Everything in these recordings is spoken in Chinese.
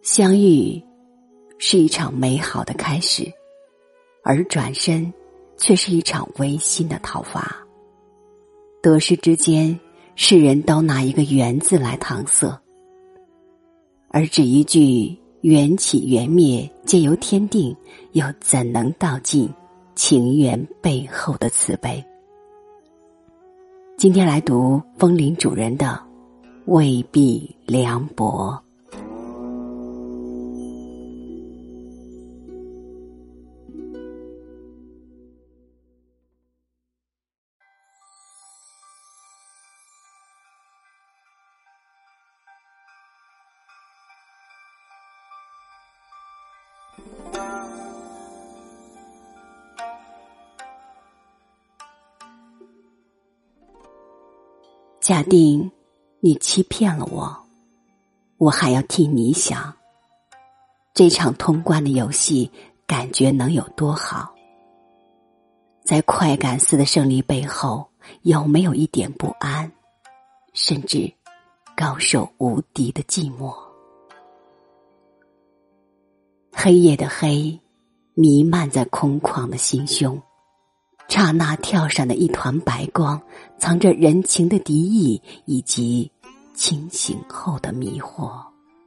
相遇是一场美好的开始，而转身却是一场违心的讨伐。得失之间，世人都拿一个缘字来搪塞，而只一句缘起缘灭皆由天定，又怎能道尽情缘背后的慈悲？今天来读风铃主人的未必凉薄。假定你欺骗了我，我还要替你想，这场通关的游戏感觉能有多好？在快感似的胜利背后，有没有一点不安，甚至高手无敌的寂寞？黑夜的黑弥漫在空旷的心胸，刹那跳闪的一团白光，藏着人情的敌意以及清醒后的迷惑。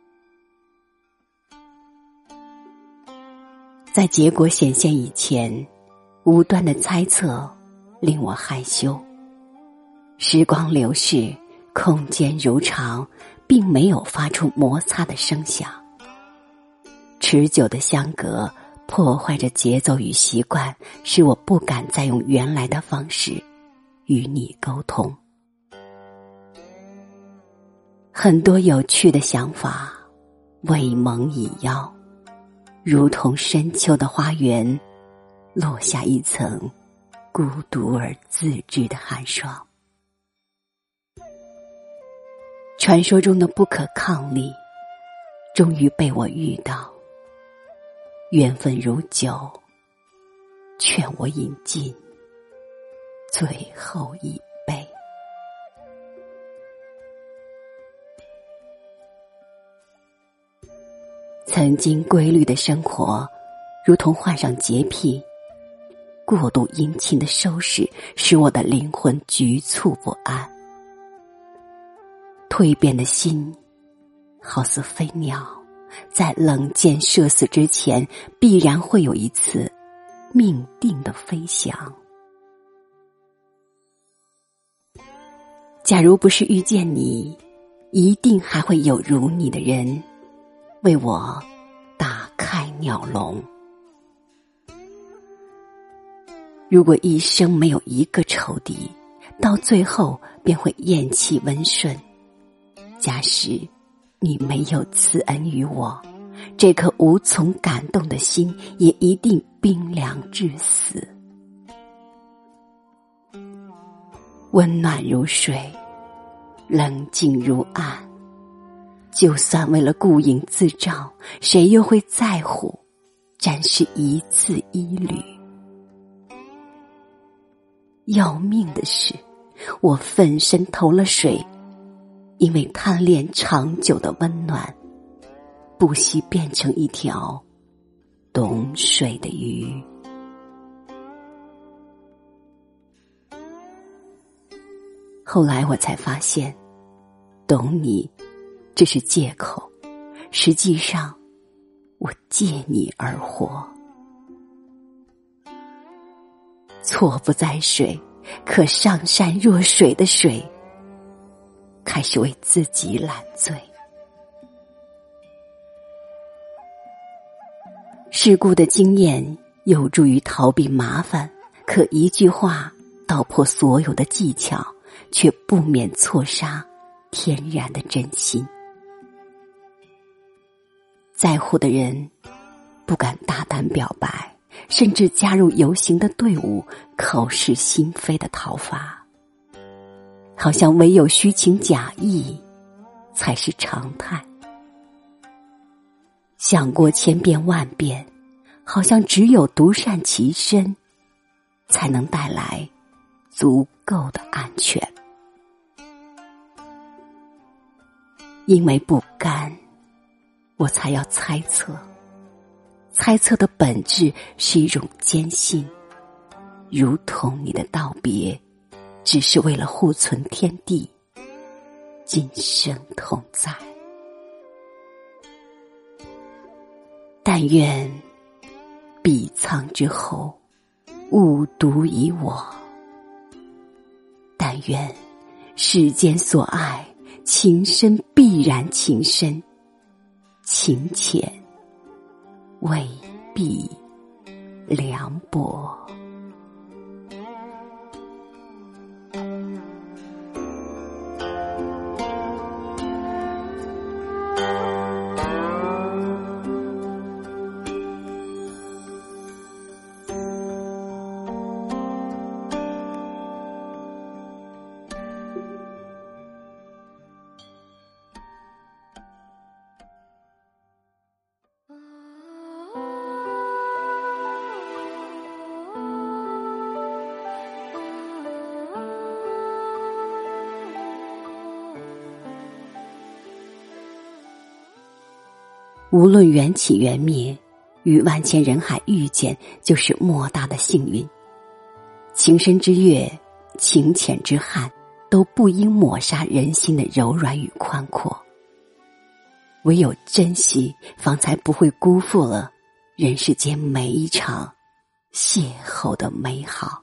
在结果显现以前，无端的猜测令我害羞。时光流逝，空间如常，并没有发出摩擦的声响。持久的相隔破坏着节奏与习惯，使我不敢再用原来的方式与你沟通。很多有趣的想法未萌已夭，如同深秋的花园落下一层孤独而自知的寒霜。传说中的不可抗力终于被我遇到，缘分如酒，劝我饮尽最后一杯。曾经规律的生活如同患上洁癖，过度殷勤的收拾使我的灵魂局促不安。蜕变的心好似飞鸟，在冷箭射死之前，必然会有一次命定的飞翔。假如不是遇见你，一定还会有如你的人为我打开鸟笼。如果一生没有一个仇敌，到最后便会厌气温顺。假使你没有赐恩于我，这颗无从感动的心也一定冰凉至死。温暖如水，冷静如暗，就算为了顾影自照，谁又会在乎展示一字一缕？要命的是，我奋身投了水，因为贪恋长久的温暖，不惜变成一条懂水的鱼。后来我才发现，懂你只是借口，实际上我借你而活。错不在水，可上善若水的水开始为自己揽罪。世故的经验有助于逃避麻烦，可一句话道破所有的技巧，却不免错杀天然的真心。在乎的人不敢大胆表白，甚至加入游行的队伍，口是心非的讨伐，好像唯有虚情假意才是常态。想过千遍万遍，好像只有独善其身才能带来足够的安全。因为不甘， 我才要猜测。猜测的本质是一种坚信，如同你的道别只是为了护存天地，今生同在。但愿笔藏之后勿独遗我，但愿世间所爱情深必然情深，情浅未必凉薄。无论缘起缘灭，与万千人海遇见就是莫大的幸运。情深之悦，情浅之汉，都不应抹杀人心的柔软与宽阔。唯有珍惜，方才不会辜负了人世间每一场邂逅的美好。